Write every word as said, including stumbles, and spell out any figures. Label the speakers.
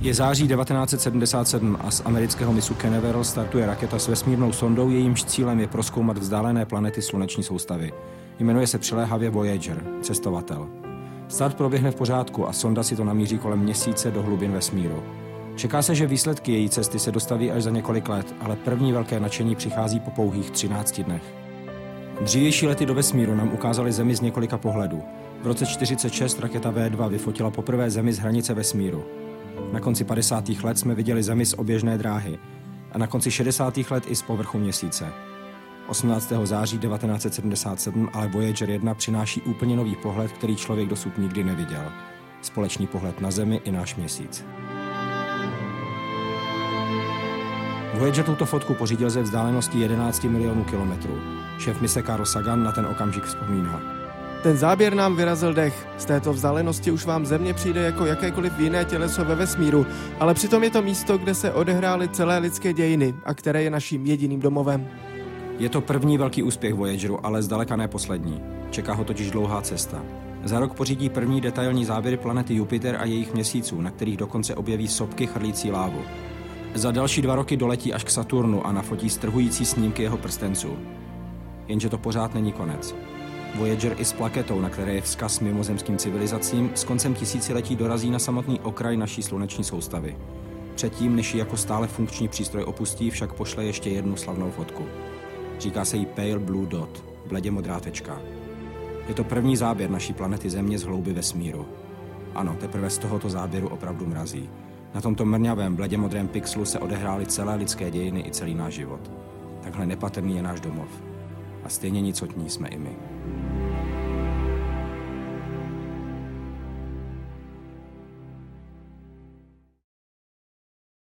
Speaker 1: Je září devatenáct set sedmdesát sedm a z amerického mysu Canaveral startuje raketa s vesmírnou sondou, jejímž cílem je prozkoumat vzdálené planety sluneční soustavy. Jmenuje se přiléhavě Voyager, cestovatel. Start proběhne v pořádku a sonda si to namíří kolem měsíce do hlubin vesmíru. Čeká se, že výsledky její cesty se dostaví až za několik let, ale první velké nadšení přichází po pouhých třinácti dnech. Dřívější lety do vesmíru nám ukázaly Zemi z několika pohledů. V roce čtyřicet šest raketa V dva vyfotila poprvé Zemi z hranice vesmíru. Na konci padesátých let jsme viděli Zemi z oběžné dráhy a na konci šedesátých let i z povrchu měsíce. osmnáctého září devatenáct set sedmdesát sedm ale Voyager jedna přináší úplně nový pohled, který člověk dosud nikdy neviděl. Společný pohled na Zemi i náš měsíc. Voyager tuto fotku pořídil ze vzdálenosti jedenáct milionů kilometrů. Šéf mise Carl Sagan na ten okamžik vzpomíná.
Speaker 2: Ten záběr nám vyrazil dech. Z této vzdálenosti už vám Země přijde jako jakékoliv jiné těleso ve vesmíru, ale přitom je to místo, kde se odehrály celé lidské dějiny a které je naším jediným domovem.
Speaker 1: Je to první velký úspěch Voyageru, ale zdaleka ne poslední. Čeká ho totiž dlouhá cesta. Za rok pořídí první detailní záběry planety Jupiter a jejich měsíců, na kterých dokonce objeví sopky chrlící lávu. Za další dva roky doletí až k Saturnu a nafotí strhující snímky jeho prstenců. Jenže to pořád není konec. Voyager i s plaketou, na které je vzkaz mimozemským civilizacím, s koncem tisíciletí dorazí na samotný okraj naší sluneční soustavy. Předtím, než ji jako stále funkční přístroj opustí, však pošle ještě jednu slavnou fotku. Říká se jí Pale Blue Dot, bledě modrá tečka. Je to první záběr naší planety Země z hlouby vesmíru. Ano, teprve z tohoto záběru opravdu mrazí. Na tomto mrňavém, bledě modrém pixelu se odehrály celé lidské dějiny i celý náš život. Takhle nepatrný je náš domov. A stejně nicotní jsme i my.